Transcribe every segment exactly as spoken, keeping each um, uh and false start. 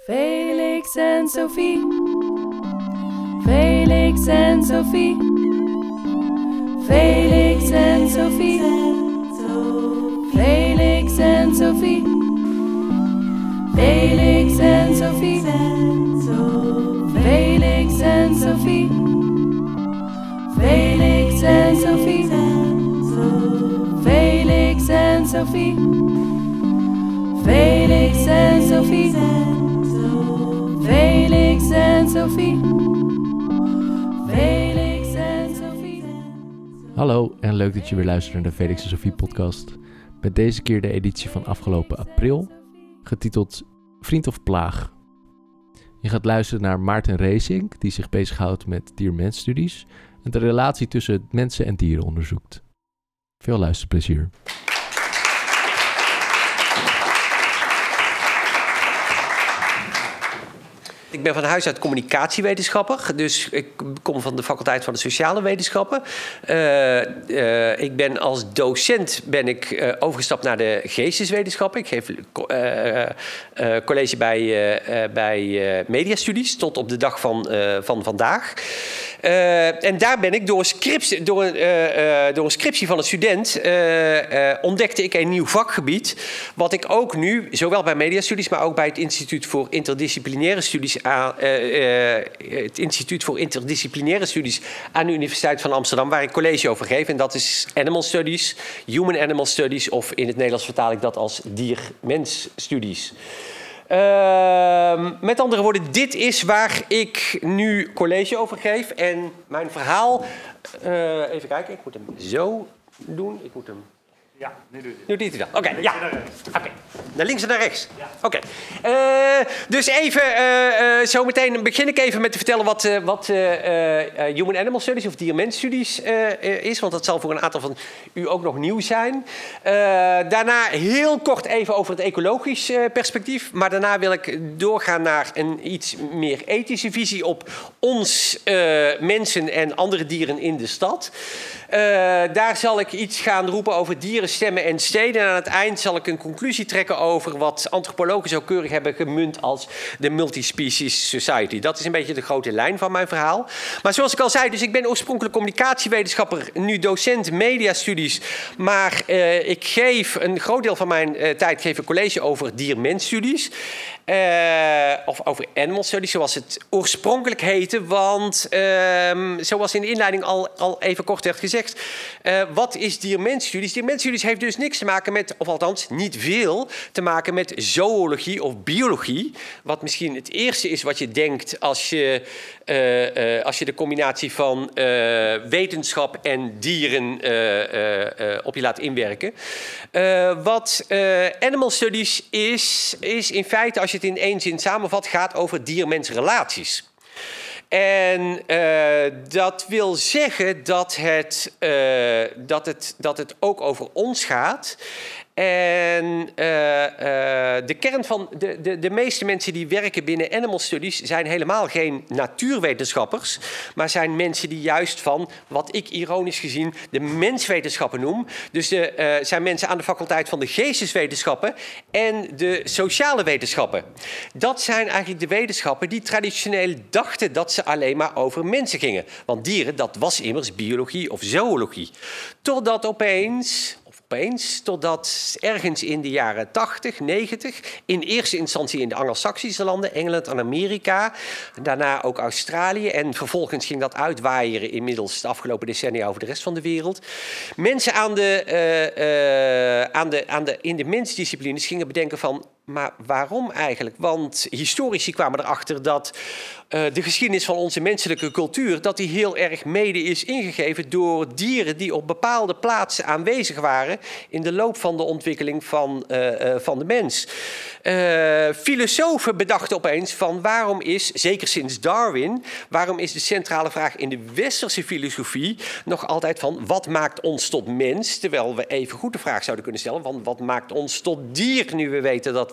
Felix en Sophie. Felix en Sophie. Felix en Sophie. Felix en Sophie. Felix en Sophie. Felix en Sophie. Felix en Sophie. Felix en Sophie. Felix en Sophie. Felix en Sophie. Felix en Sophie. Hallo en leuk dat je weer luistert naar de Felix en Sophie podcast. Met deze keer de editie van afgelopen april, getiteld Vriend of Plaag. Je gaat luisteren naar Maarten Reesink, die zich bezighoudt met dier-mens-studies en de relatie tussen mensen en dieren onderzoekt. Veel luisterplezier. Ik ben van huis uit communicatiewetenschapper, dus ik kom van de faculteit van de sociale wetenschappen. Uh, uh, ik ben als docent ben ik uh, overgestapt naar de geesteswetenschappen. Ik geef uh, uh, college bij, uh, uh, bij uh, mediastudies tot op de dag van, uh, van vandaag. Uh, en daar ben ik door een scriptie, door een, uh, uh, door een scriptie van een student uh, uh, ontdekte ik een nieuw vakgebied. Wat ik ook nu, zowel bij mediastudies, maar ook bij het Instituut voor Interdisciplinaire Studies aan, uh, uh, het Instituut voor Interdisciplinaire Studies aan de Universiteit van Amsterdam, waar ik college over geef. En dat is Animal Studies, Human Animal Studies, of in het Nederlands vertaal ik dat als dier-mens studies. Uh, met andere woorden, dit is waar ik nu college over geef. En mijn verhaal... Uh, even kijken, ik moet hem zo doen. Ik moet hem... Ja, nu doe je Nu doet hij dat. Oké, okay, ja. Oké, okay. Naar links en naar rechts. Ja. Oké. Okay. Uh, dus even, uh, uh, zo meteen begin ik even met te vertellen wat, uh, wat uh, uh, Human Animal Studies of dier-mens-studies uh, uh, is. Want dat zal voor een aantal van u ook nog nieuw zijn. Uh, daarna heel kort even over het ecologisch uh, perspectief. Maar daarna wil ik doorgaan naar een iets meer ethische visie op ons uh, mensen en andere dieren in de stad. Uh, daar zal ik iets gaan roepen over dieren, stemmen en steden. En aan het eind zal ik een conclusie trekken over wat antropologen zo keurig hebben gemunt als de multispecies society. Dat is een beetje de grote lijn van mijn verhaal. Maar zoals ik al zei, dus ik ben oorspronkelijk communicatiewetenschapper, nu docent mediastudies. Maar uh, ik geef een groot deel van mijn uh, tijd geef ik college over dier-mens-studies. Uh, of over animal studies, zoals het oorspronkelijk heette. Want uh, zoals in de inleiding al, al even kort werd gezegd, uh, wat is dier-mens-studies? Dier-mens-studies heeft dus niks te maken met, of althans niet veel, te maken met zoologie of biologie. Wat misschien het eerste is wat je denkt als je, uh, uh, als je de combinatie van uh, wetenschap en dieren uh, uh, uh, op je laat inwerken. Uh, wat uh, animal studies is, is in feite, als je het in één zin samenvat, gaat over dier-mens relaties. En uh, dat wil zeggen dat het, uh, dat, het, dat het ook over ons gaat. En uh, uh, de kern van de, de, de meeste mensen die werken binnen animal studies zijn helemaal geen natuurwetenschappers, maar zijn mensen die juist van, wat ik ironisch gezien, de menswetenschappen noem. Dus er uh, zijn mensen aan de faculteit van de geesteswetenschappen en de sociale wetenschappen. Dat zijn eigenlijk de wetenschappen die traditioneel dachten dat ze alleen maar over mensen gingen. Want dieren, dat was immers biologie of zoologie. Totdat opeens... Opeens, totdat ergens in de jaren tachtig, negentig, in eerste instantie in de Anglo-Saxische landen, Engeland en Amerika, daarna ook Australië en vervolgens ging dat uitwaaieren inmiddels de afgelopen decennia over de rest van de wereld. Mensen aan de, uh, uh, aan de, aan de, in de mensdisciplines gingen bedenken van, maar waarom eigenlijk? Want historici kwamen erachter dat uh, de geschiedenis van onze menselijke cultuur, dat die heel erg mede is ingegeven door dieren die op bepaalde plaatsen aanwezig waren in de loop van de ontwikkeling van, uh, uh, van de mens. Uh, filosofen bedachten opeens van waarom is, zeker sinds Darwin, waarom is de centrale vraag in de westerse filosofie nog altijd van wat maakt ons tot mens? Terwijl we even goed de vraag zouden kunnen stellen van wat maakt ons tot dier, nu we weten dat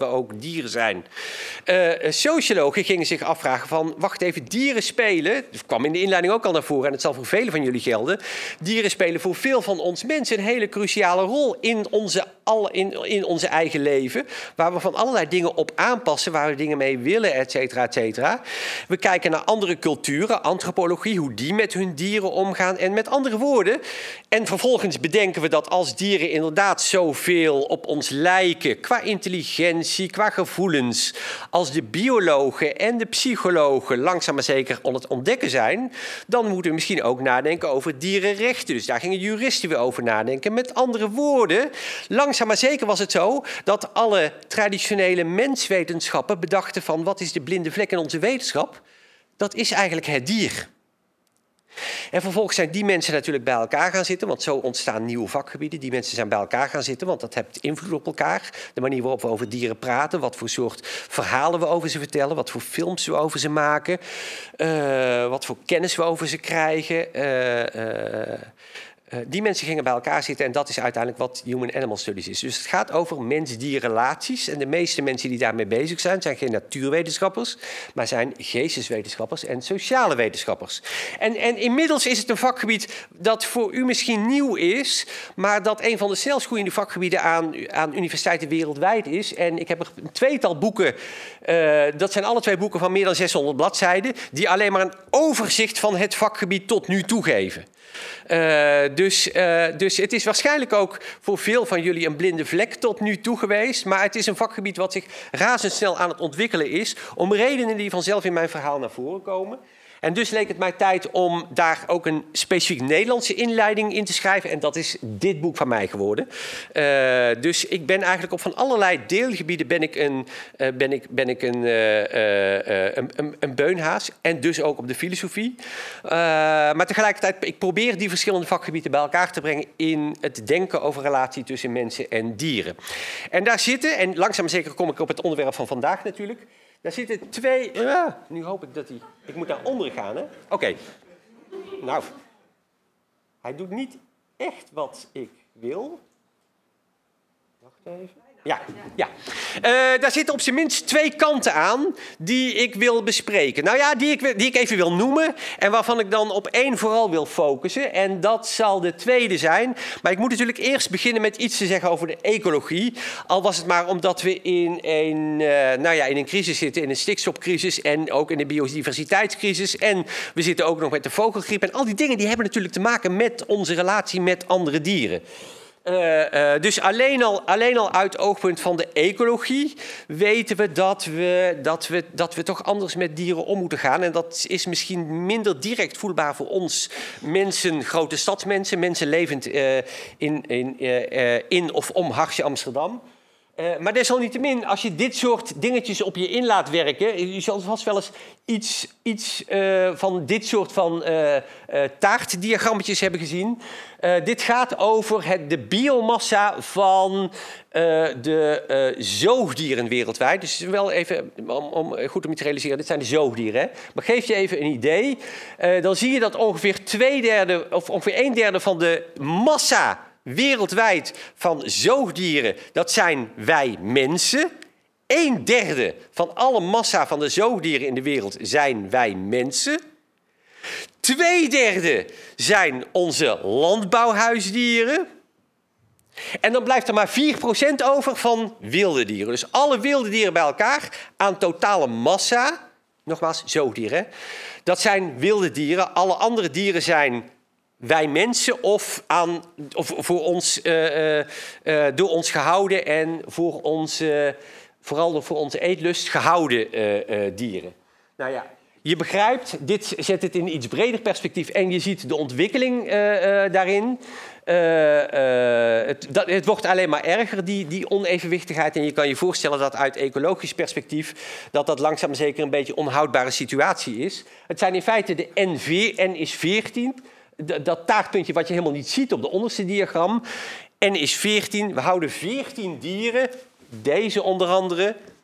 anderen ook dieren zijn. Uh, sociologen gingen zich afvragen van, wacht even, dieren spelen, dat kwam in de inleiding ook al naar voren en het zal voor velen van jullie gelden, dieren spelen voor veel van ons mensen een hele cruciale rol in onze, alle, in, in onze eigen leven, waar we van allerlei dingen op aanpassen, waar we dingen mee willen, et cetera, et cetera. We kijken naar andere culturen, antropologie, hoe die met hun dieren omgaan en met andere woorden. En vervolgens bedenken we dat als dieren inderdaad zoveel op ons lijken, qua intelligentie, qua gevoelens, als de biologen en de psychologen langzaam maar zeker aan het ontdekken zijn, dan moeten we misschien ook nadenken over dierenrechten. Dus daar gingen juristen weer over nadenken. Met andere woorden, langzaam maar zeker was het zo dat alle traditionele menswetenschappen bedachten van wat is de blinde vlek in onze wetenschap? Dat is eigenlijk het dier. En vervolgens zijn die mensen natuurlijk bij elkaar gaan zitten, want zo ontstaan nieuwe vakgebieden. Die mensen zijn bij elkaar gaan zitten, want dat heeft invloed op elkaar. De manier waarop we over dieren praten, wat voor soort verhalen we over ze vertellen, wat voor films we over ze maken, uh, wat voor kennis we over ze krijgen. Uh, uh, Uh, die mensen gingen bij elkaar zitten en dat is uiteindelijk wat Human Animal Studies is. Dus het gaat over mens-dier-relaties. En de meeste mensen die daarmee bezig zijn, zijn geen natuurwetenschappers, maar zijn geesteswetenschappers en sociale wetenschappers. En, en inmiddels is het een vakgebied dat voor u misschien nieuw is, maar dat een van de snelst groeiende vakgebieden aan, aan universiteiten wereldwijd is. En ik heb er een tweetal boeken, uh, dat zijn alle twee boeken van meer dan zeshonderd bladzijden, die alleen maar een overzicht van het vakgebied tot nu toe geven. Uh, dus, uh, dus het is waarschijnlijk ook voor veel van jullie een blinde vlek tot nu toe geweest. Maar het is een vakgebied wat zich razendsnel aan het ontwikkelen is. Om redenen die vanzelf in mijn verhaal naar voren komen. En dus leek het mij tijd om daar ook een specifiek Nederlandse inleiding in te schrijven. En dat is dit boek van mij geworden. Uh, dus ik ben eigenlijk op van allerlei deelgebieden ben ik een, uh, ben ik, ben ik een, uh, uh, een, een, een beunhaas. En dus ook op de filosofie. Uh, maar tegelijkertijd, ik probeer die verschillende vakgebieden bij elkaar te brengen in het denken over relatie tussen mensen en dieren. En daar zitten, en langzaam maar zeker kom ik op het onderwerp van vandaag natuurlijk. Daar zitten twee... Ja, nu hoop ik dat hij... Ik moet naar onderen gaan, hè? Oké. Okay. Nou. Hij doet niet echt wat ik wil. Wacht even. Ja, ja. Uh, daar zitten op zijn minst twee kanten aan die ik wil bespreken. Nou ja, die ik, die ik even wil noemen en waarvan ik dan op één vooral wil focussen. En dat zal de tweede zijn. Maar ik moet natuurlijk eerst beginnen met iets te zeggen over de ecologie. Al was het maar omdat we in een, uh, nou ja, in een crisis zitten, in een stikstofcrisis en ook in een biodiversiteitscrisis. En we zitten ook nog met de vogelgriep. En al die dingen die hebben natuurlijk te maken met onze relatie met andere dieren. Uh, uh, dus alleen al, alleen al uit het oogpunt van de ecologie weten we dat we, dat, we dat we toch anders met dieren om moeten gaan. En dat is misschien minder direct voelbaar voor ons mensen, grote stadsmensen, mensen levend uh, in, in, uh, uh, in of om Hartje Amsterdam. Uh, maar desalniettemin, als je dit soort dingetjes op je in laat werken, je zal vast wel eens iets, iets uh, van dit soort van uh, uh, taartdiagrammetjes hebben gezien. Uh, dit gaat over het, de biomassa van uh, de uh, zoogdieren wereldwijd. Dus wel even, om, om goed om je te realiseren, dit zijn de zoogdieren. Hè? Maar geef je even een idee, uh, dan zie je dat ongeveer twee derde, of ongeveer een derde van de massa wereldwijd van zoogdieren, dat zijn wij mensen. Een derde van alle massa van de zoogdieren in de wereld zijn wij mensen. Twee derde zijn onze landbouwhuisdieren. En dan blijft er maar vier procent over van wilde dieren. Dus alle wilde dieren bij elkaar aan totale massa, nogmaals zoogdieren, dat zijn wilde dieren. Alle andere dieren zijn wij mensen of, aan, of voor ons, uh, uh, uh, door ons gehouden en voor ons, uh, vooral voor onze eetlust gehouden uh, uh, dieren. Nou ja, je begrijpt, dit zet het in iets breder perspectief en je ziet de ontwikkeling uh, uh, daarin. Uh, uh, het, dat, het wordt alleen maar erger, die, die onevenwichtigheid. En je kan je voorstellen dat uit ecologisch perspectief dat dat langzaam maar zeker een beetje een onhoudbare situatie is. Het zijn in feite de N V, N is veertien... Dat taartpuntje wat je helemaal niet ziet op de onderste diagram. N is veertien. We houden veertien dieren. Deze onder andere.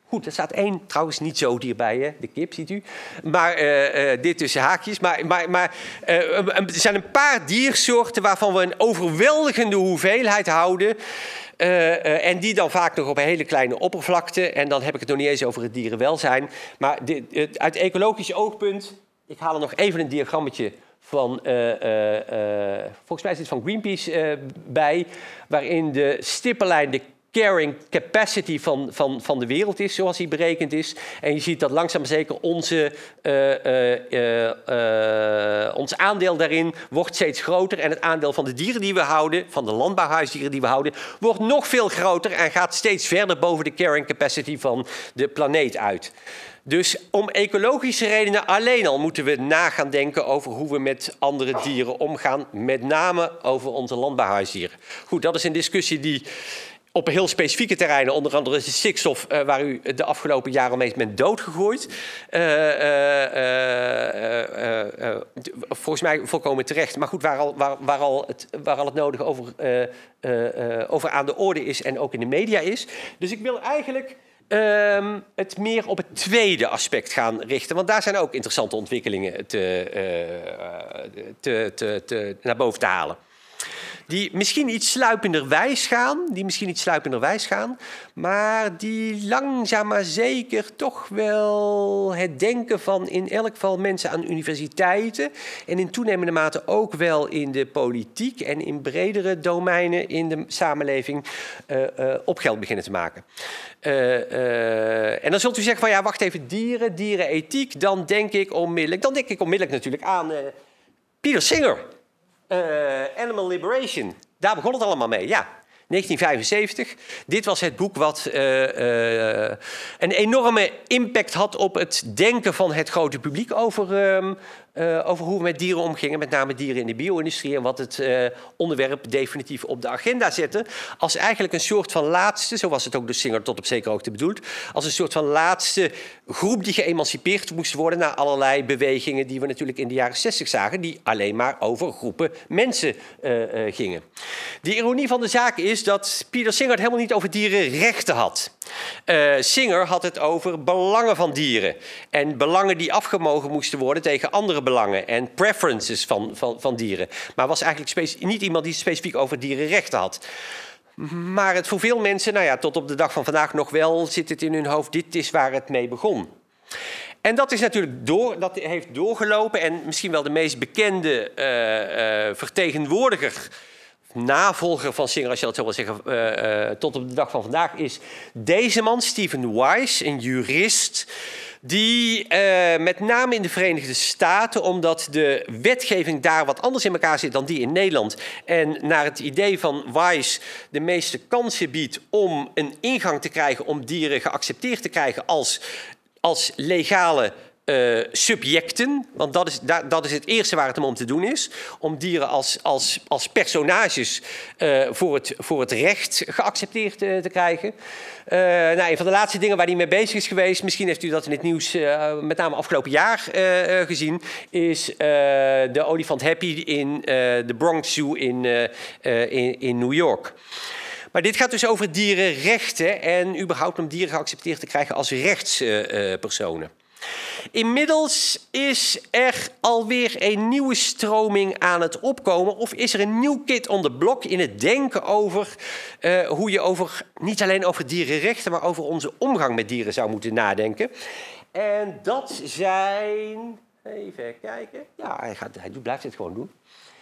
Goed, er staat één, trouwens niet zoogdier bij, hè? De kip, ziet u. Maar uh, uh, dit tussen haakjes. Maar, maar, maar uh, er zijn een paar diersoorten waarvan we een overweldigende hoeveelheid houden. Uh, uh, en die dan vaak nog op een hele kleine oppervlakte. En dan heb ik het nog niet eens over het dierenwelzijn. Maar dit, uh, uit ecologisch oogpunt, ik haal er nog even een diagrammetje van, uh, uh, uh, volgens mij is dit van Greenpeace uh, bij, waarin de stippenlijn de carrying capacity van, van, van de wereld is, zoals die berekend is. En je ziet dat langzaam maar zeker onze, uh, uh, uh, uh, ons aandeel daarin wordt steeds groter. En het aandeel van de dieren die we houden, van de landbouwhuisdieren die we houden, wordt nog veel groter en gaat steeds verder boven de carrying capacity van de planeet uit. Dus om ecologische redenen alleen al moeten we na gaan denken over hoe we met andere dieren omgaan. Met name over onze landbouwhuisdieren. Goed, dat is een discussie die op heel specifieke terreinen, onder andere de stikstof, uh, waar u de afgelopen jaren mee bent doodgegooid. Uh, uh, uh, uh, uh, volgens mij volkomen terecht. Maar goed, waar al, waar, waar al, het, waar al het nodige over, uh, uh, uh, over aan de orde is en ook in de media is. Dus ik wil eigenlijk uh, het meer op het tweede aspect gaan richten. Want daar zijn ook interessante ontwikkelingen te, uh, te, te, te, naar boven te halen. Die misschien iets sluipenderwijs gaan, die misschien iets sluipenderwijs gaan, maar die langzaam maar zeker toch wel het denken van in elk geval mensen aan universiteiten en in toenemende mate ook wel in de politiek en in bredere domeinen in de samenleving uh, uh, op geld beginnen te maken. Uh, uh, en dan zult u zeggen van ja, wacht even, dieren, dierenethiek, dan denk ik onmiddellijk, dan denk ik onmiddellijk natuurlijk aan uh, Peter Singer. Uh, Animal Liberation, daar begon het allemaal mee, ja. negentien vijfenzeventig. Dit was het boek wat uh, uh, een enorme impact had op het denken van het grote publiek over, um, uh, over hoe we met dieren omgingen. Met name dieren in de bio-industrie en wat het uh, onderwerp definitief op de agenda zette. Als eigenlijk een soort van laatste, zo was het ook door Singer tot op zekere hoogte bedoeld, als een soort van laatste groep die geëmancipeerd moest worden naar allerlei bewegingen die we natuurlijk in de jaren zestig zagen, die alleen maar over groepen mensen uh, uh, gingen. De ironie van de zaak is dat Peter Singer het helemaal niet over dierenrechten had. Uh, Singer had het over belangen van dieren. En belangen die afgemogen moesten worden tegen andere belangen. En preferences van, van, van dieren. Maar was eigenlijk niet iemand die specifiek over dierenrechten had. Maar het voor veel mensen, nou ja, tot op de dag van vandaag nog wel, zit het in hun hoofd, dit is waar het mee begon. En dat is natuurlijk door, dat heeft doorgelopen. En misschien wel de meest bekende uh, uh, vertegenwoordiger, navolger van Singer, als je dat zo wil zeggen, uh, uh, tot op de dag van vandaag, is deze man, Stephen Wise, een jurist, die uh, met name in de Verenigde Staten, omdat de wetgeving daar wat anders in elkaar zit dan die in Nederland, en naar het idee van Wise de meeste kansen biedt om een ingang te krijgen, om dieren geaccepteerd te krijgen als, als legale Uh, subjecten, want dat is, dat, dat is het eerste waar het hem om te doen is. Om dieren als, als, als personages uh, voor, het, voor het recht geaccepteerd uh, te krijgen. Uh, nou, een van de laatste dingen waar hij mee bezig is geweest, misschien heeft u dat in het nieuws uh, met name afgelopen jaar uh, uh, gezien, is uh, de olifant Happy in uh, de Bronx Zoo in, uh, uh, in, in New York. Maar dit gaat dus over dierenrechten en überhaupt om dieren geaccepteerd te krijgen als rechtspersonen. Uh, Inmiddels is er alweer een nieuwe stroming aan het opkomen. Of is er een nieuw kid on the block in het denken over uh, hoe je over, niet alleen over dierenrechten, maar over onze omgang met dieren zou moeten nadenken. En dat zijn, even kijken, ja, hij, gaat, hij blijft dit gewoon doen.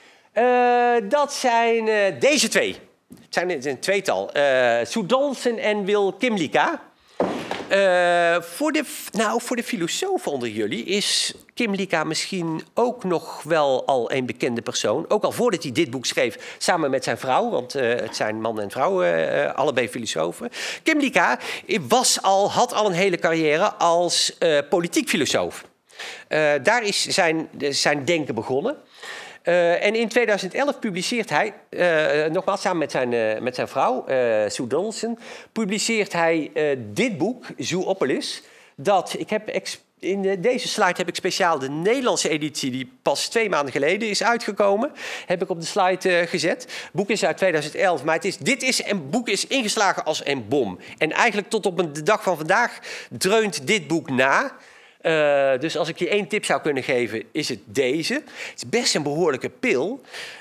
Uh, dat zijn uh, deze twee. Het zijn het een tweetal. Uh, Sue Donaldson en Will Kymlicka. Uh, voor, de, nou, voor de filosofen onder jullie is Kymlicka misschien ook nog wel al een bekende persoon. Ook al voordat hij dit boek schreef samen met zijn vrouw. Want uh, het zijn man en vrouw, uh, allebei filosofen. Kymlicka was al, had al een hele carrière als uh, politiek filosoof. Uh, daar is zijn, zijn denken begonnen. Uh, en in tweeduizend elf publiceert hij, uh, nogmaals samen met zijn, uh, met zijn vrouw, uh, Sue Donaldson, publiceert hij uh, dit boek, Zoopolis. Dat, ik heb in de, deze slide heb ik speciaal de Nederlandse editie... die pas twee maanden geleden is uitgekomen. Heb ik op de slide uh, gezet. Het boek is uit tweeduizend elf, maar het is, dit is een boek is ingeslagen als een bom. En eigenlijk tot op de dag van vandaag dreunt dit boek na... Uh, dus als ik je één tip zou kunnen geven, is het deze. Het is best een behoorlijke pil.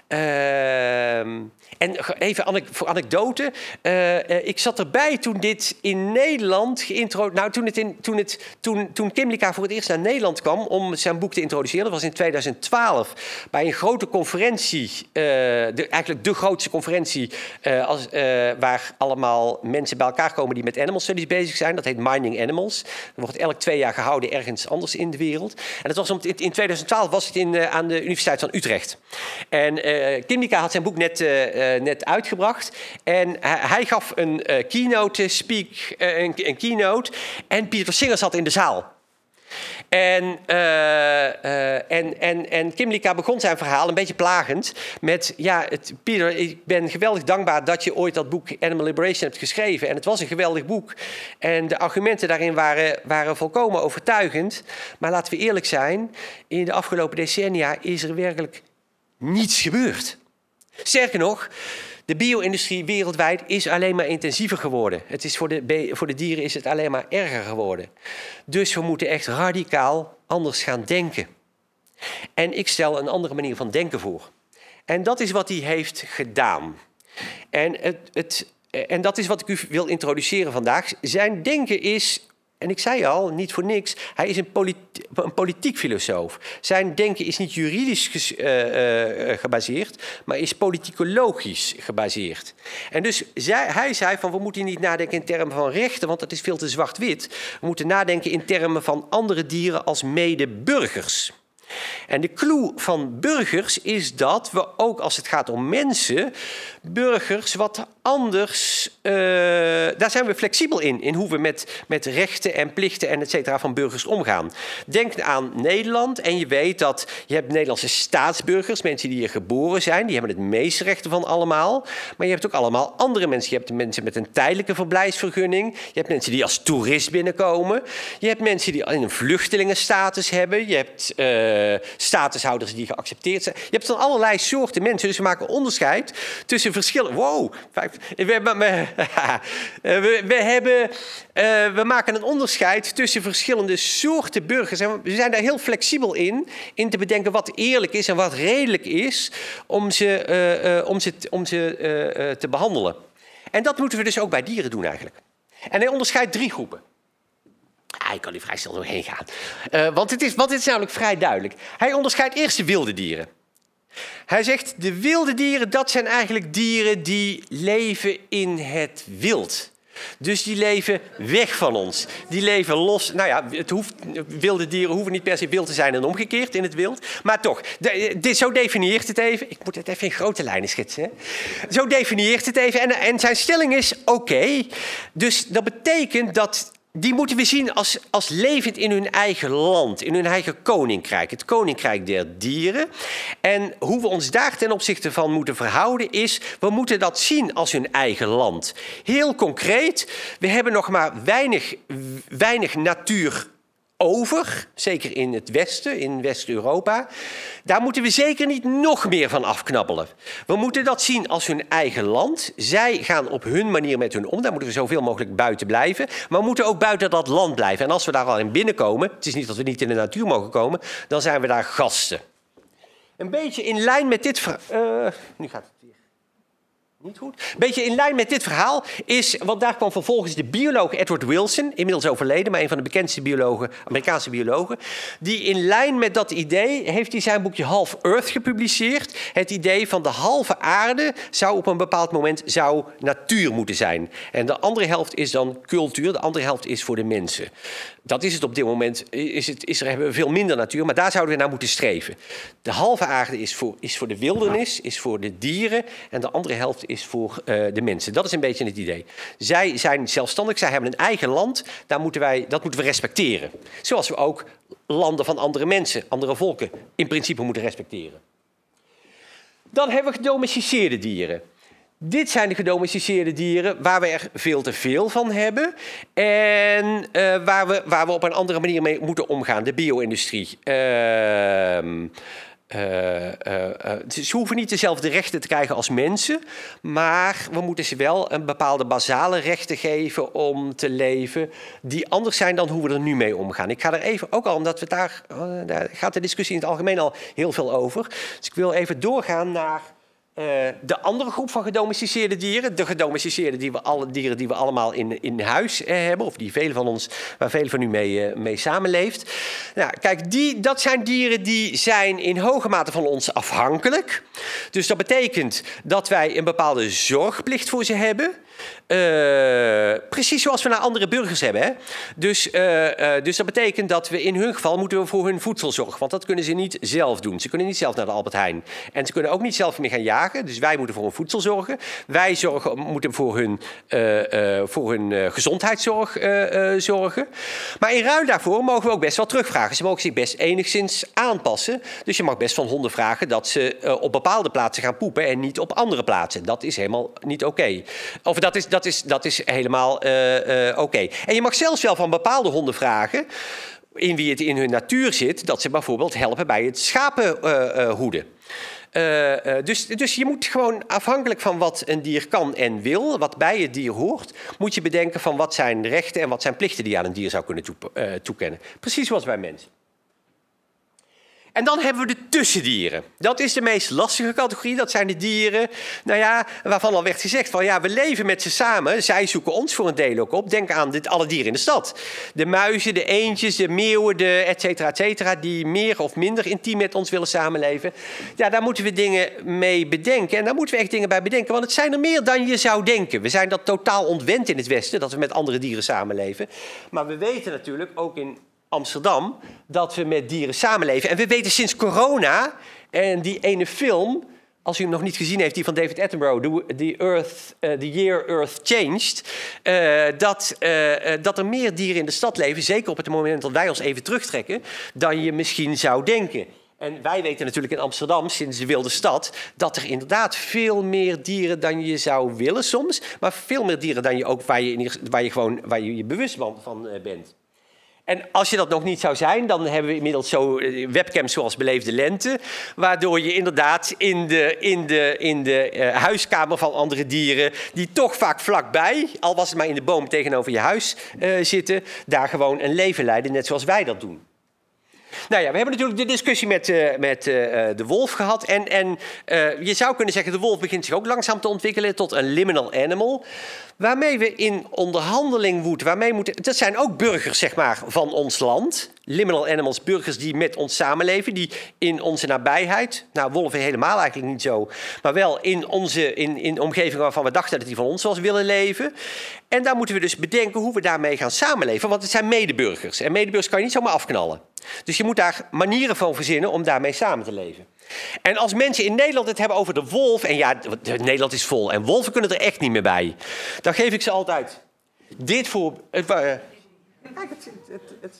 Uh, en even anek- voor anekdote. Uh, uh, ik zat erbij toen dit in Nederland geïntroduceerd... Nou, toen, het in, toen, het, toen, toen Kymlicka voor het eerst naar Nederland kwam om zijn boek te introduceren... dat was in tweeduizend twaalf bij een grote conferentie. Uh, de, eigenlijk de grootste conferentie uh, als, uh, waar allemaal mensen bij elkaar komen... die met animal studies bezig zijn. Dat heet Mining Animals. Dat wordt elk twee jaar gehouden ergens anders in de wereld. En dat was om, in tweeduizend twaalf was het in, uh, aan de Universiteit van Utrecht. En uh, Kymlicka had zijn boek net, uh, uh, net uitgebracht. En uh, hij gaf een uh, keynote speak, uh, een, een keynote. En Pieter Singer zat in de zaal. En, uh, uh, en, en, en Kymlicka begon zijn verhaal een beetje plagend met... ja, het, Pieter, ik ben geweldig dankbaar dat je ooit dat boek Animal Liberation hebt geschreven. En het was een geweldig boek. En de argumenten daarin waren, waren volkomen overtuigend. Maar laten we eerlijk zijn, in de afgelopen decennia is er werkelijk niets gebeurd. Sterker nog... De bio-industrie wereldwijd is alleen maar intensiever geworden. Het is voor, de, voor de dieren is het alleen maar erger geworden. Dus we moeten echt radicaal anders gaan denken. En ik stel een andere manier van denken voor. En dat is wat hij heeft gedaan. En, het, het, en dat is wat ik u wil introduceren vandaag. Zijn denken is... En ik zei al, niet voor niks, hij is een, politi- een politiek filosoof. Zijn denken is niet juridisch ges- uh, uh, gebaseerd, maar is politicologisch gebaseerd. En dus zij, hij zei van, we moeten niet nadenken in termen van rechten, want dat is veel te zwart-wit. We moeten nadenken in termen van andere dieren als medeburgers. En de clue van burgers is dat we ook als het gaat om mensen... burgers wat anders... Uh, daar zijn we flexibel in. In hoe we met, met rechten en plichten en et cetera van burgers omgaan. Denk aan Nederland en je weet dat... je hebt Nederlandse staatsburgers, mensen die hier geboren zijn. Die hebben het meeste rechten van allemaal. Maar je hebt ook allemaal andere mensen. Je hebt mensen met een tijdelijke verblijfsvergunning. Je hebt mensen die als toerist binnenkomen. Je hebt mensen die een vluchtelingenstatus hebben. Je hebt... Uh, statushouders die geaccepteerd zijn. Je hebt dan allerlei soorten mensen. Dus we maken onderscheid tussen verschillen. Wow, we, we, we, we, hebben, uh, we maken een onderscheid tussen verschillende soorten burgers. En we zijn daar heel flexibel in, in te bedenken wat eerlijk is en wat redelijk is om ze, uh, uh, om ze, om ze uh, uh, te behandelen. En dat moeten we dus ook bij dieren doen eigenlijk. En hij onderscheidt drie groepen. Ah, ik kan hier vrij snel doorheen gaan. Uh, want, het is, want het is namelijk vrij duidelijk. Hij onderscheidt eerst de wilde dieren. Hij zegt, de wilde dieren, dat zijn eigenlijk dieren die leven in het wild. Dus die leven weg van ons. Die leven los. Nou ja, het hoeft, wilde dieren hoeven niet per se wild te zijn en omgekeerd in het wild. Maar toch, de, dit, zo definieert het even. Ik moet het even in grote lijnen schetsen. Hè? Zo definieert het even. En, en zijn stelling is, oké. Okay, dus dat betekent dat... Die moeten we zien als, als levend in hun eigen land, in hun eigen koninkrijk. Het koninkrijk der dieren. En hoe we ons daar ten opzichte van moeten verhouden is... we moeten dat zien als hun eigen land. Heel concreet, we hebben nog maar weinig, weinig natuur over. Zeker in het westen, in West-Europa. Daar moeten we zeker niet nog meer van afknabbelen. We moeten dat zien als hun eigen land. Zij gaan op hun manier met hun om. Daar moeten we zoveel mogelijk buiten blijven. Maar we moeten ook buiten dat land blijven. En als we daar al in binnenkomen... het is niet dat we niet in de natuur mogen komen... dan zijn we daar gasten. Een beetje in lijn met dit... Ver- uh, nu gaat het hier. Niet goed. Een beetje in lijn met dit verhaal is... want daar kwam vervolgens de bioloog Edward Wilson... inmiddels overleden, maar een van de bekendste biologen... Amerikaanse biologen... die in lijn met dat idee... heeft hij zijn boekje Half Earth gepubliceerd. Het idee van de halve aarde... zou op een bepaald moment zou natuur moeten zijn. En de andere helft is dan cultuur. De andere helft is voor de mensen. Dat is het op dit moment. Is het, is er, hebben we veel minder natuur, maar daar zouden we naar moeten streven. De halve aarde is voor, is voor de wildernis, is voor de dieren... en de andere helft is voor uh, de mensen. Dat is een beetje het idee. Zij zijn zelfstandig, zij hebben een eigen land. Daar moeten wij, dat moeten we respecteren. Zoals we ook landen van andere mensen, andere volken... in principe moeten respecteren. Dan hebben we gedomesticeerde dieren. Dit zijn de gedomesticeerde dieren waar we er veel te veel van hebben. En uh, waar, we, waar we op een andere manier mee moeten omgaan. De bio-industrie. Uh, Uh, uh, uh, ze hoeven niet dezelfde rechten te krijgen als mensen, maar we moeten ze wel een bepaalde basale rechten geven om te leven, die anders zijn dan hoe we er nu mee omgaan. Ik ga er even, ook al omdat we daar, uh, daar gaat de discussie in het algemeen al heel veel over. Dus ik wil even doorgaan naar uh, de andere groep van gedomesticeerde dieren. De gedomesticeerde die we alle, dieren die we allemaal in, in huis uh, hebben, of die velen van ons, waar velen van u mee, uh, mee samenleeft. Nou, kijk, die, dat zijn dieren die zijn in hoge mate van ons afhankelijk. Dus dat betekent dat wij een bepaalde zorgplicht voor ze hebben. Uh, precies zoals we naar andere burgers hebben. Hè? Dus, uh, uh, dus dat betekent dat we in hun geval moeten we voor hun voedsel zorgen. Want dat kunnen ze niet zelf doen. Ze kunnen niet zelf naar de Albert Heijn. En ze kunnen ook niet zelf meer gaan jagen. Dus wij moeten voor hun voedsel zorgen. Wij zorgen, moeten voor hun, uh, uh, voor hun uh, gezondheidszorg uh, uh, zorgen. Maar in ruil daarvoor mogen we ook best wel terugvragen. Ze mogen zich best enigszins aanpassen. Dus je mag best van honden vragen dat ze uh, op bepaalde plaatsen gaan poepen en niet op andere plaatsen. Dat is helemaal niet oké. Okay. Of dat is, dat is, dat is helemaal uh, uh, oké. Okay. En je mag zelfs wel van bepaalde honden vragen, in wie het in hun natuur zit, dat ze bijvoorbeeld helpen bij het schapenhoeden. Uh, uh, uh, dus, dus je moet gewoon afhankelijk van wat een dier kan en wil, wat bij het dier hoort, moet je bedenken van wat zijn rechten en wat zijn plichten die je aan een dier zou kunnen toe, uh, toekennen. Precies zoals bij mensen. En dan hebben we de tussendieren. Dat is de meest lastige categorie. Dat zijn de dieren, nou ja, waarvan al werd gezegd van ja, we leven met ze samen. Zij zoeken ons voor een deel ook op. Denk aan dit, alle dieren in de stad. De muizen, de eendjes, de meeuwen, de et cetera, et cetera, die meer of minder intiem met ons willen samenleven. Ja, daar moeten we dingen mee bedenken. En daar moeten we echt dingen bij bedenken. Want het zijn er meer dan je zou denken. We zijn dat totaal ontwend in het Westen, dat we met andere dieren samenleven. Maar we weten natuurlijk ook in Amsterdam dat we met dieren samenleven. En we weten sinds corona en die ene film, als u hem nog niet gezien heeft, die van David Attenborough, The, Earth, uh, The Year Earth Changed, uh, dat, uh, uh, dat er meer dieren in de stad leven, zeker op het moment dat wij ons even terugtrekken, dan je misschien zou denken. En wij weten natuurlijk in Amsterdam, sinds de wilde stad, dat er inderdaad veel meer dieren dan je zou willen soms, maar veel meer dieren dan je ook waar je, waar je gewoon waar je, je bewust van uh, bent. En als je dat nog niet zou zijn, dan hebben we inmiddels zo webcams zoals Beleefde Lente, waardoor je inderdaad in de, in de, in de uh, huiskamer van andere dieren, die toch vaak vlakbij, al was het maar in de boom tegenover je huis uh, zitten, daar gewoon een leven leiden, net zoals wij dat doen. Nou ja, we hebben natuurlijk de discussie met, uh, met uh, de wolf gehad. En, en uh, je zou kunnen zeggen, de wolf begint zich ook langzaam te ontwikkelen tot een liminal animal. Waarmee we in onderhandeling moeten. Waarmee moeten, dat zijn ook burgers, zeg maar, van ons land. Liminal animals, burgers die met ons samenleven, die in onze nabijheid, nou wolven helemaal eigenlijk niet zo, maar wel in onze in, in omgeving waarvan we dachten dat die van ons was willen leven. En daar moeten we dus bedenken hoe we daarmee gaan samenleven, want het zijn medeburgers. En medeburgers kan je niet zomaar afknallen. Dus je moet daar manieren van verzinnen om daarmee samen te leven. En als mensen in Nederland het hebben over de wolf, en ja, Nederland is vol en wolven kunnen er echt niet meer bij, dan geef ik ze altijd dit voor. Het, uh, kijk, het, het, het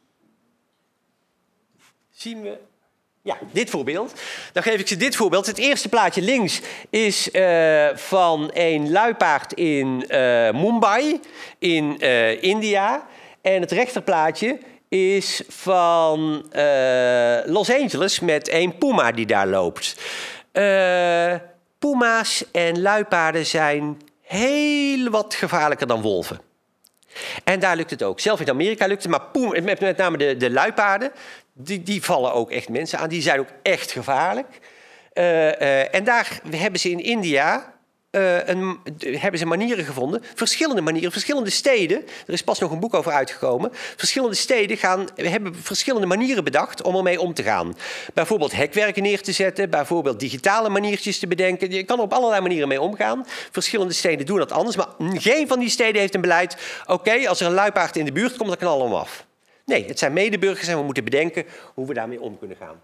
zien we. Ja, dit voorbeeld. Dan geef ik ze dit voorbeeld. Het eerste plaatje links is uh, van een luipaard in uh, Mumbai in uh, India. En het rechterplaatje is van uh, Los Angeles met een puma die daar loopt. Uh, puma's en luipaarden zijn heel wat gevaarlijker dan wolven. En daar lukt het ook. Zelf in Amerika lukt het, maar puma, met, met name de, de luipaarden, die, die vallen ook echt mensen aan. Die zijn ook echt gevaarlijk. Uh, uh, en daar hebben ze in India uh, een, hebben ze manieren gevonden, verschillende manieren, verschillende steden. Er is pas nog een boek over uitgekomen. Verschillende steden gaan, hebben verschillende manieren bedacht om ermee om te gaan. Bijvoorbeeld hekwerken neer te zetten, bijvoorbeeld digitale maniertjes te bedenken. Je kan er op allerlei manieren mee omgaan. Verschillende steden doen dat anders, maar geen van die steden heeft een beleid. Oké, okay, als er een luipaard in de buurt komt, dan knallen we hem af. Nee, het zijn medeburgers en we moeten bedenken hoe we daarmee om kunnen gaan.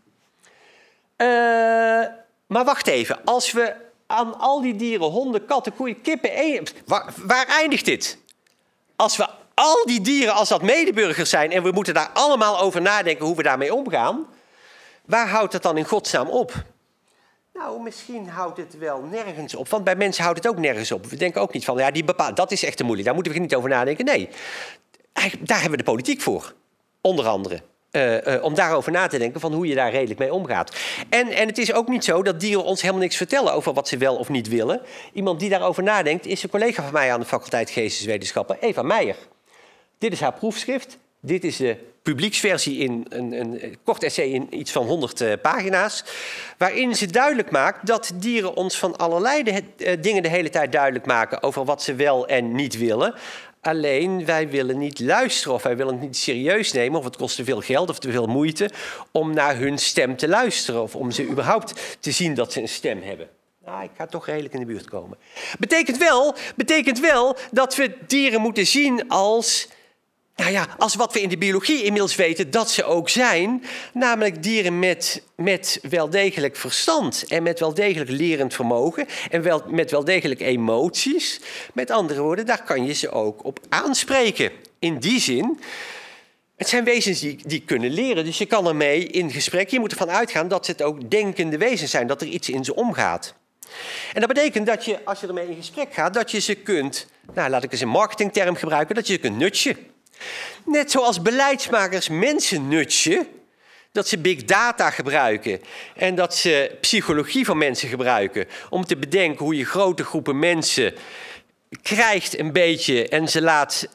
Uh, maar wacht even, als we aan al die dieren, honden, katten, koeien, kippen, een, waar, waar eindigt dit? Als we al die dieren, als dat medeburgers zijn en we moeten daar allemaal over nadenken hoe we daarmee omgaan, waar houdt het dan in godsnaam op? Nou, misschien houdt het wel nergens op. Want bij mensen houdt het ook nergens op. We denken ook niet van, ja, die bepaalt, dat is echt te moeilijk. Daar moeten we niet over nadenken. Nee, daar hebben we de politiek voor. Onder andere. Uh, uh, om daarover na te denken van hoe je daar redelijk mee omgaat. En, en het is ook niet zo dat dieren ons helemaal niks vertellen over wat ze wel of niet willen. Iemand die daarover nadenkt is een collega van mij aan de faculteit Geesteswetenschappen, Eva Meijer. Dit is haar proefschrift. Dit is de publieksversie in een, een kort essay in iets van honderd uh, pagina's. Waarin ze duidelijk maakt dat dieren ons van allerlei de, uh, dingen de hele tijd duidelijk maken over wat ze wel en niet willen. Alleen, wij willen niet luisteren of wij willen het niet serieus nemen, of het kost te veel geld of te veel moeite om naar hun stem te luisteren of om ze überhaupt te zien dat ze een stem hebben. Nou, ik ga toch redelijk in de buurt komen. Betekent wel, betekent wel dat we dieren moeten zien als, nou ja, als wat we in de biologie inmiddels weten dat ze ook zijn. Namelijk dieren met, met wel degelijk verstand en met wel degelijk lerend vermogen. En wel, met wel degelijk emoties. Met andere woorden, daar kan je ze ook op aanspreken. In die zin, het zijn wezens die, die kunnen leren. Dus je kan ermee in gesprek. Je moet ervan uitgaan dat het ook denkende wezens zijn. Dat er iets in ze omgaat. En dat betekent dat je, als je ermee in gesprek gaat, dat je ze kunt, nou laat ik eens een marketingterm gebruiken, dat je ze kunt nudgen. Net zoals beleidsmakers mensen nudgen, dat ze big data gebruiken en dat ze psychologie van mensen gebruiken om te bedenken hoe je grote groepen mensen krijgt een beetje en ze laat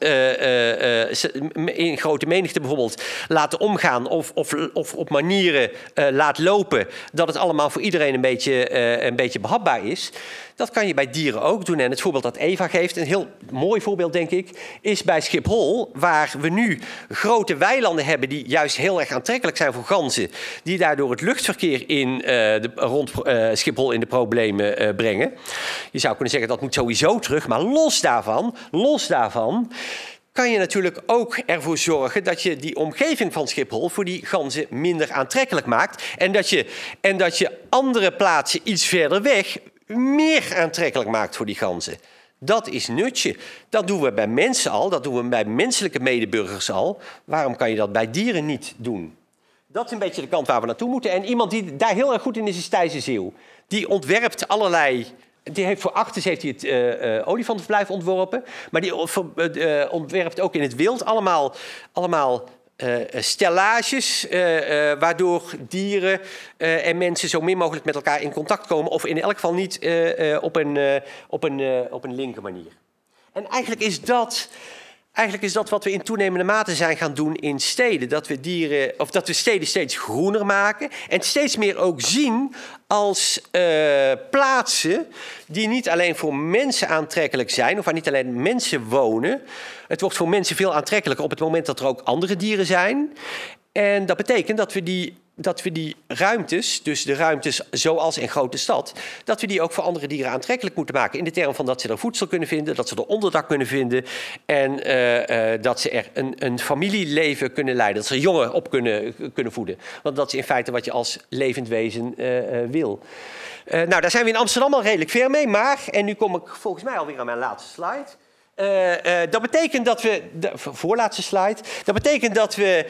uh, uh, ze in grote menigte bijvoorbeeld laten omgaan of, of, of op manieren uh, laat lopen dat het allemaal voor iedereen een beetje, uh, een beetje behapbaar is. Dat kan je bij dieren ook doen. En het voorbeeld dat Eva geeft, een heel mooi voorbeeld denk ik, is bij Schiphol, waar we nu grote weilanden hebben die juist heel erg aantrekkelijk zijn voor ganzen, die daardoor het luchtverkeer in, uh, de, rond uh, Schiphol in de problemen uh, brengen. Je zou kunnen zeggen dat moet sowieso terug, maar los daarvan, los daarvan kan je natuurlijk ook ervoor zorgen dat je die omgeving van Schiphol voor die ganzen minder aantrekkelijk maakt. En dat je, en dat je andere plaatsen iets verder weg meer aantrekkelijk maakt voor die ganzen. Dat is nutje. Dat doen we bij mensen al, dat doen we bij menselijke medeburgers al. Waarom kan je dat bij dieren niet doen? Dat is een beetje de kant waar we naartoe moeten. En iemand die daar heel erg goed in is, is Thijs de Zeeuw. Die ontwerpt allerlei. Die heeft voor Arctis heeft hij het uh, uh, olifantenverblijf ontworpen. Maar die uh, ontwerpt ook in het wild allemaal, allemaal uh, stellages. Uh, uh, waardoor dieren uh, en mensen zo min mogelijk met elkaar in contact komen. Of in elk geval niet uh, uh, op, een, uh, op, een, uh, op een linker manier. En eigenlijk is dat. Eigenlijk is dat wat we in toenemende mate zijn gaan doen in steden. Dat we, dieren, of dat we steden steeds groener maken. En steeds meer ook zien als uh, plaatsen die niet alleen voor mensen aantrekkelijk zijn. Of waar niet alleen mensen wonen. Het wordt voor mensen veel aantrekkelijker op het moment dat er ook andere dieren zijn. En dat betekent dat we die... dat we die ruimtes, dus de ruimtes zoals in grote stad, dat we die ook voor andere dieren aantrekkelijk moeten maken. In de term van dat ze er voedsel kunnen vinden, dat ze er onderdak kunnen vinden en uh, uh, dat ze er een, een familieleven kunnen leiden. Dat ze jongen op kunnen, kunnen voeden. Want dat is in feite wat je als levend wezen uh, uh, wil. Uh, nou, daar zijn we in Amsterdam al redelijk ver mee, maar, en nu kom ik volgens mij alweer aan mijn laatste slide. Uh, uh, dat betekent dat we, de voorlaatste slide, dat betekent dat we,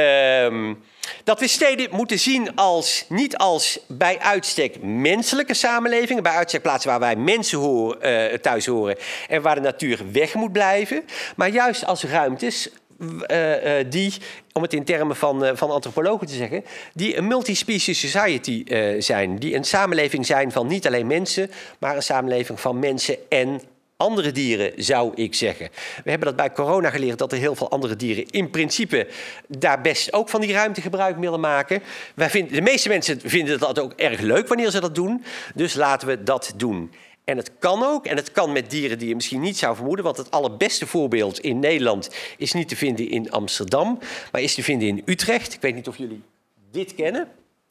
uh, dat we steden moeten zien als, niet als bij uitstek menselijke samenlevingen, bij uitstek plaatsen waar wij mensen horen, uh, thuis horen en waar de natuur weg moet blijven, maar juist als ruimtes uh, uh, die, om het in termen van, uh, van antropologen te zeggen, die een multispecies society uh, zijn, die een samenleving zijn van niet alleen mensen, maar een samenleving van mensen en andere dieren, zou ik zeggen. We hebben dat bij corona geleerd dat er heel veel andere dieren in principe daar best ook van die ruimte gebruik willen maken. Wij vinden, de meeste mensen vinden dat ook erg leuk wanneer ze dat doen. Dus laten we dat doen. En het kan ook, en het kan met dieren die je misschien niet zou vermoeden, want het allerbeste voorbeeld in Nederland is niet te vinden in Amsterdam, maar is te vinden in Utrecht. Ik weet niet of jullie dit kennen.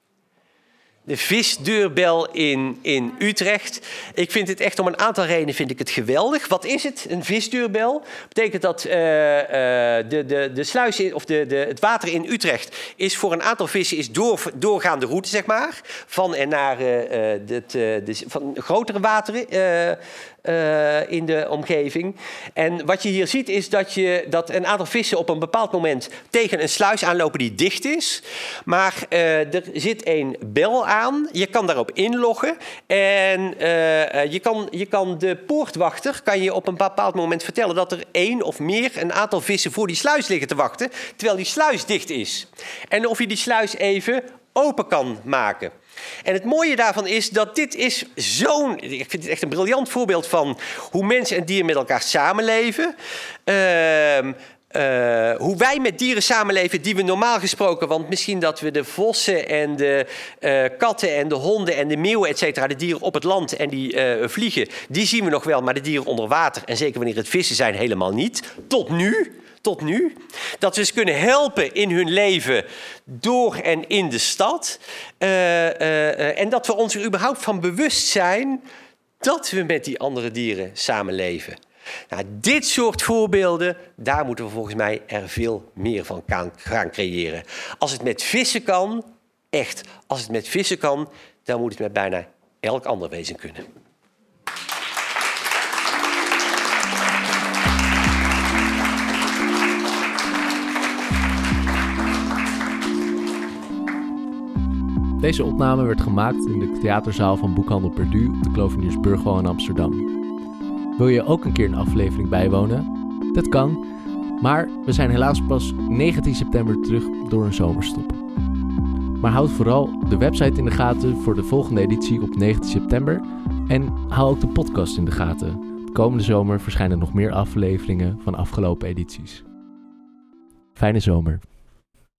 De visdeurbel in, in Utrecht. Ik vind het echt om een aantal redenen vind ik het geweldig. Wat is het, een visdeurbel? Betekent dat uh, uh, de, de, de sluis in, of de, de, het water in Utrecht is voor een aantal vissen is door, doorgaande route, zeg maar. Van en naar uh, de, de, van grotere wateren. Uh, uh, in de omgeving. En wat je hier ziet is dat, je, dat een aantal vissen op een bepaald moment tegen een sluis aanlopen die dicht is. Maar uh, er zit een bel aan. Je kan daarop inloggen. En uh, je, kan, je kan de poortwachter kan je op een bepaald moment vertellen dat er één of meer een aantal vissen voor die sluis liggen te wachten, terwijl die sluis dicht is. En of je die sluis even open kan maken. En het mooie daarvan is dat dit is zo'n... Ik vind het echt een briljant voorbeeld van hoe mensen en dieren met elkaar samenleven. Uh, Uh, hoe wij met dieren samenleven die we normaal gesproken... want misschien dat we de vossen en de uh, katten en de honden en de meeuwen, et cetera... de dieren op het land en die uh, vliegen, die zien we nog wel... maar de dieren onder water, en zeker wanneer het vissen zijn, helemaal niet. Tot nu, tot nu. Dat we ze kunnen helpen in hun leven door en in de stad. Uh, uh, uh, en dat we ons er überhaupt van bewust zijn... dat we met die andere dieren samenleven. Nou, dit soort voorbeelden, daar moeten we volgens mij er veel meer van gaan creëren. Als het met vissen kan, echt, als het met vissen kan, dan moet het met bijna elk ander wezen kunnen. Deze opname werd gemaakt in de theaterzaal van Boekhandel Perdu op de Kloveniersburgwal in Amsterdam. Wil je ook een keer een aflevering bijwonen? Dat kan, maar we zijn helaas pas negentien september terug door een zomerstop. Maar houd vooral de website in de gaten voor de volgende editie op negentien september en hou ook de podcast in de gaten. De komende zomer verschijnen nog meer afleveringen van afgelopen edities. Fijne zomer.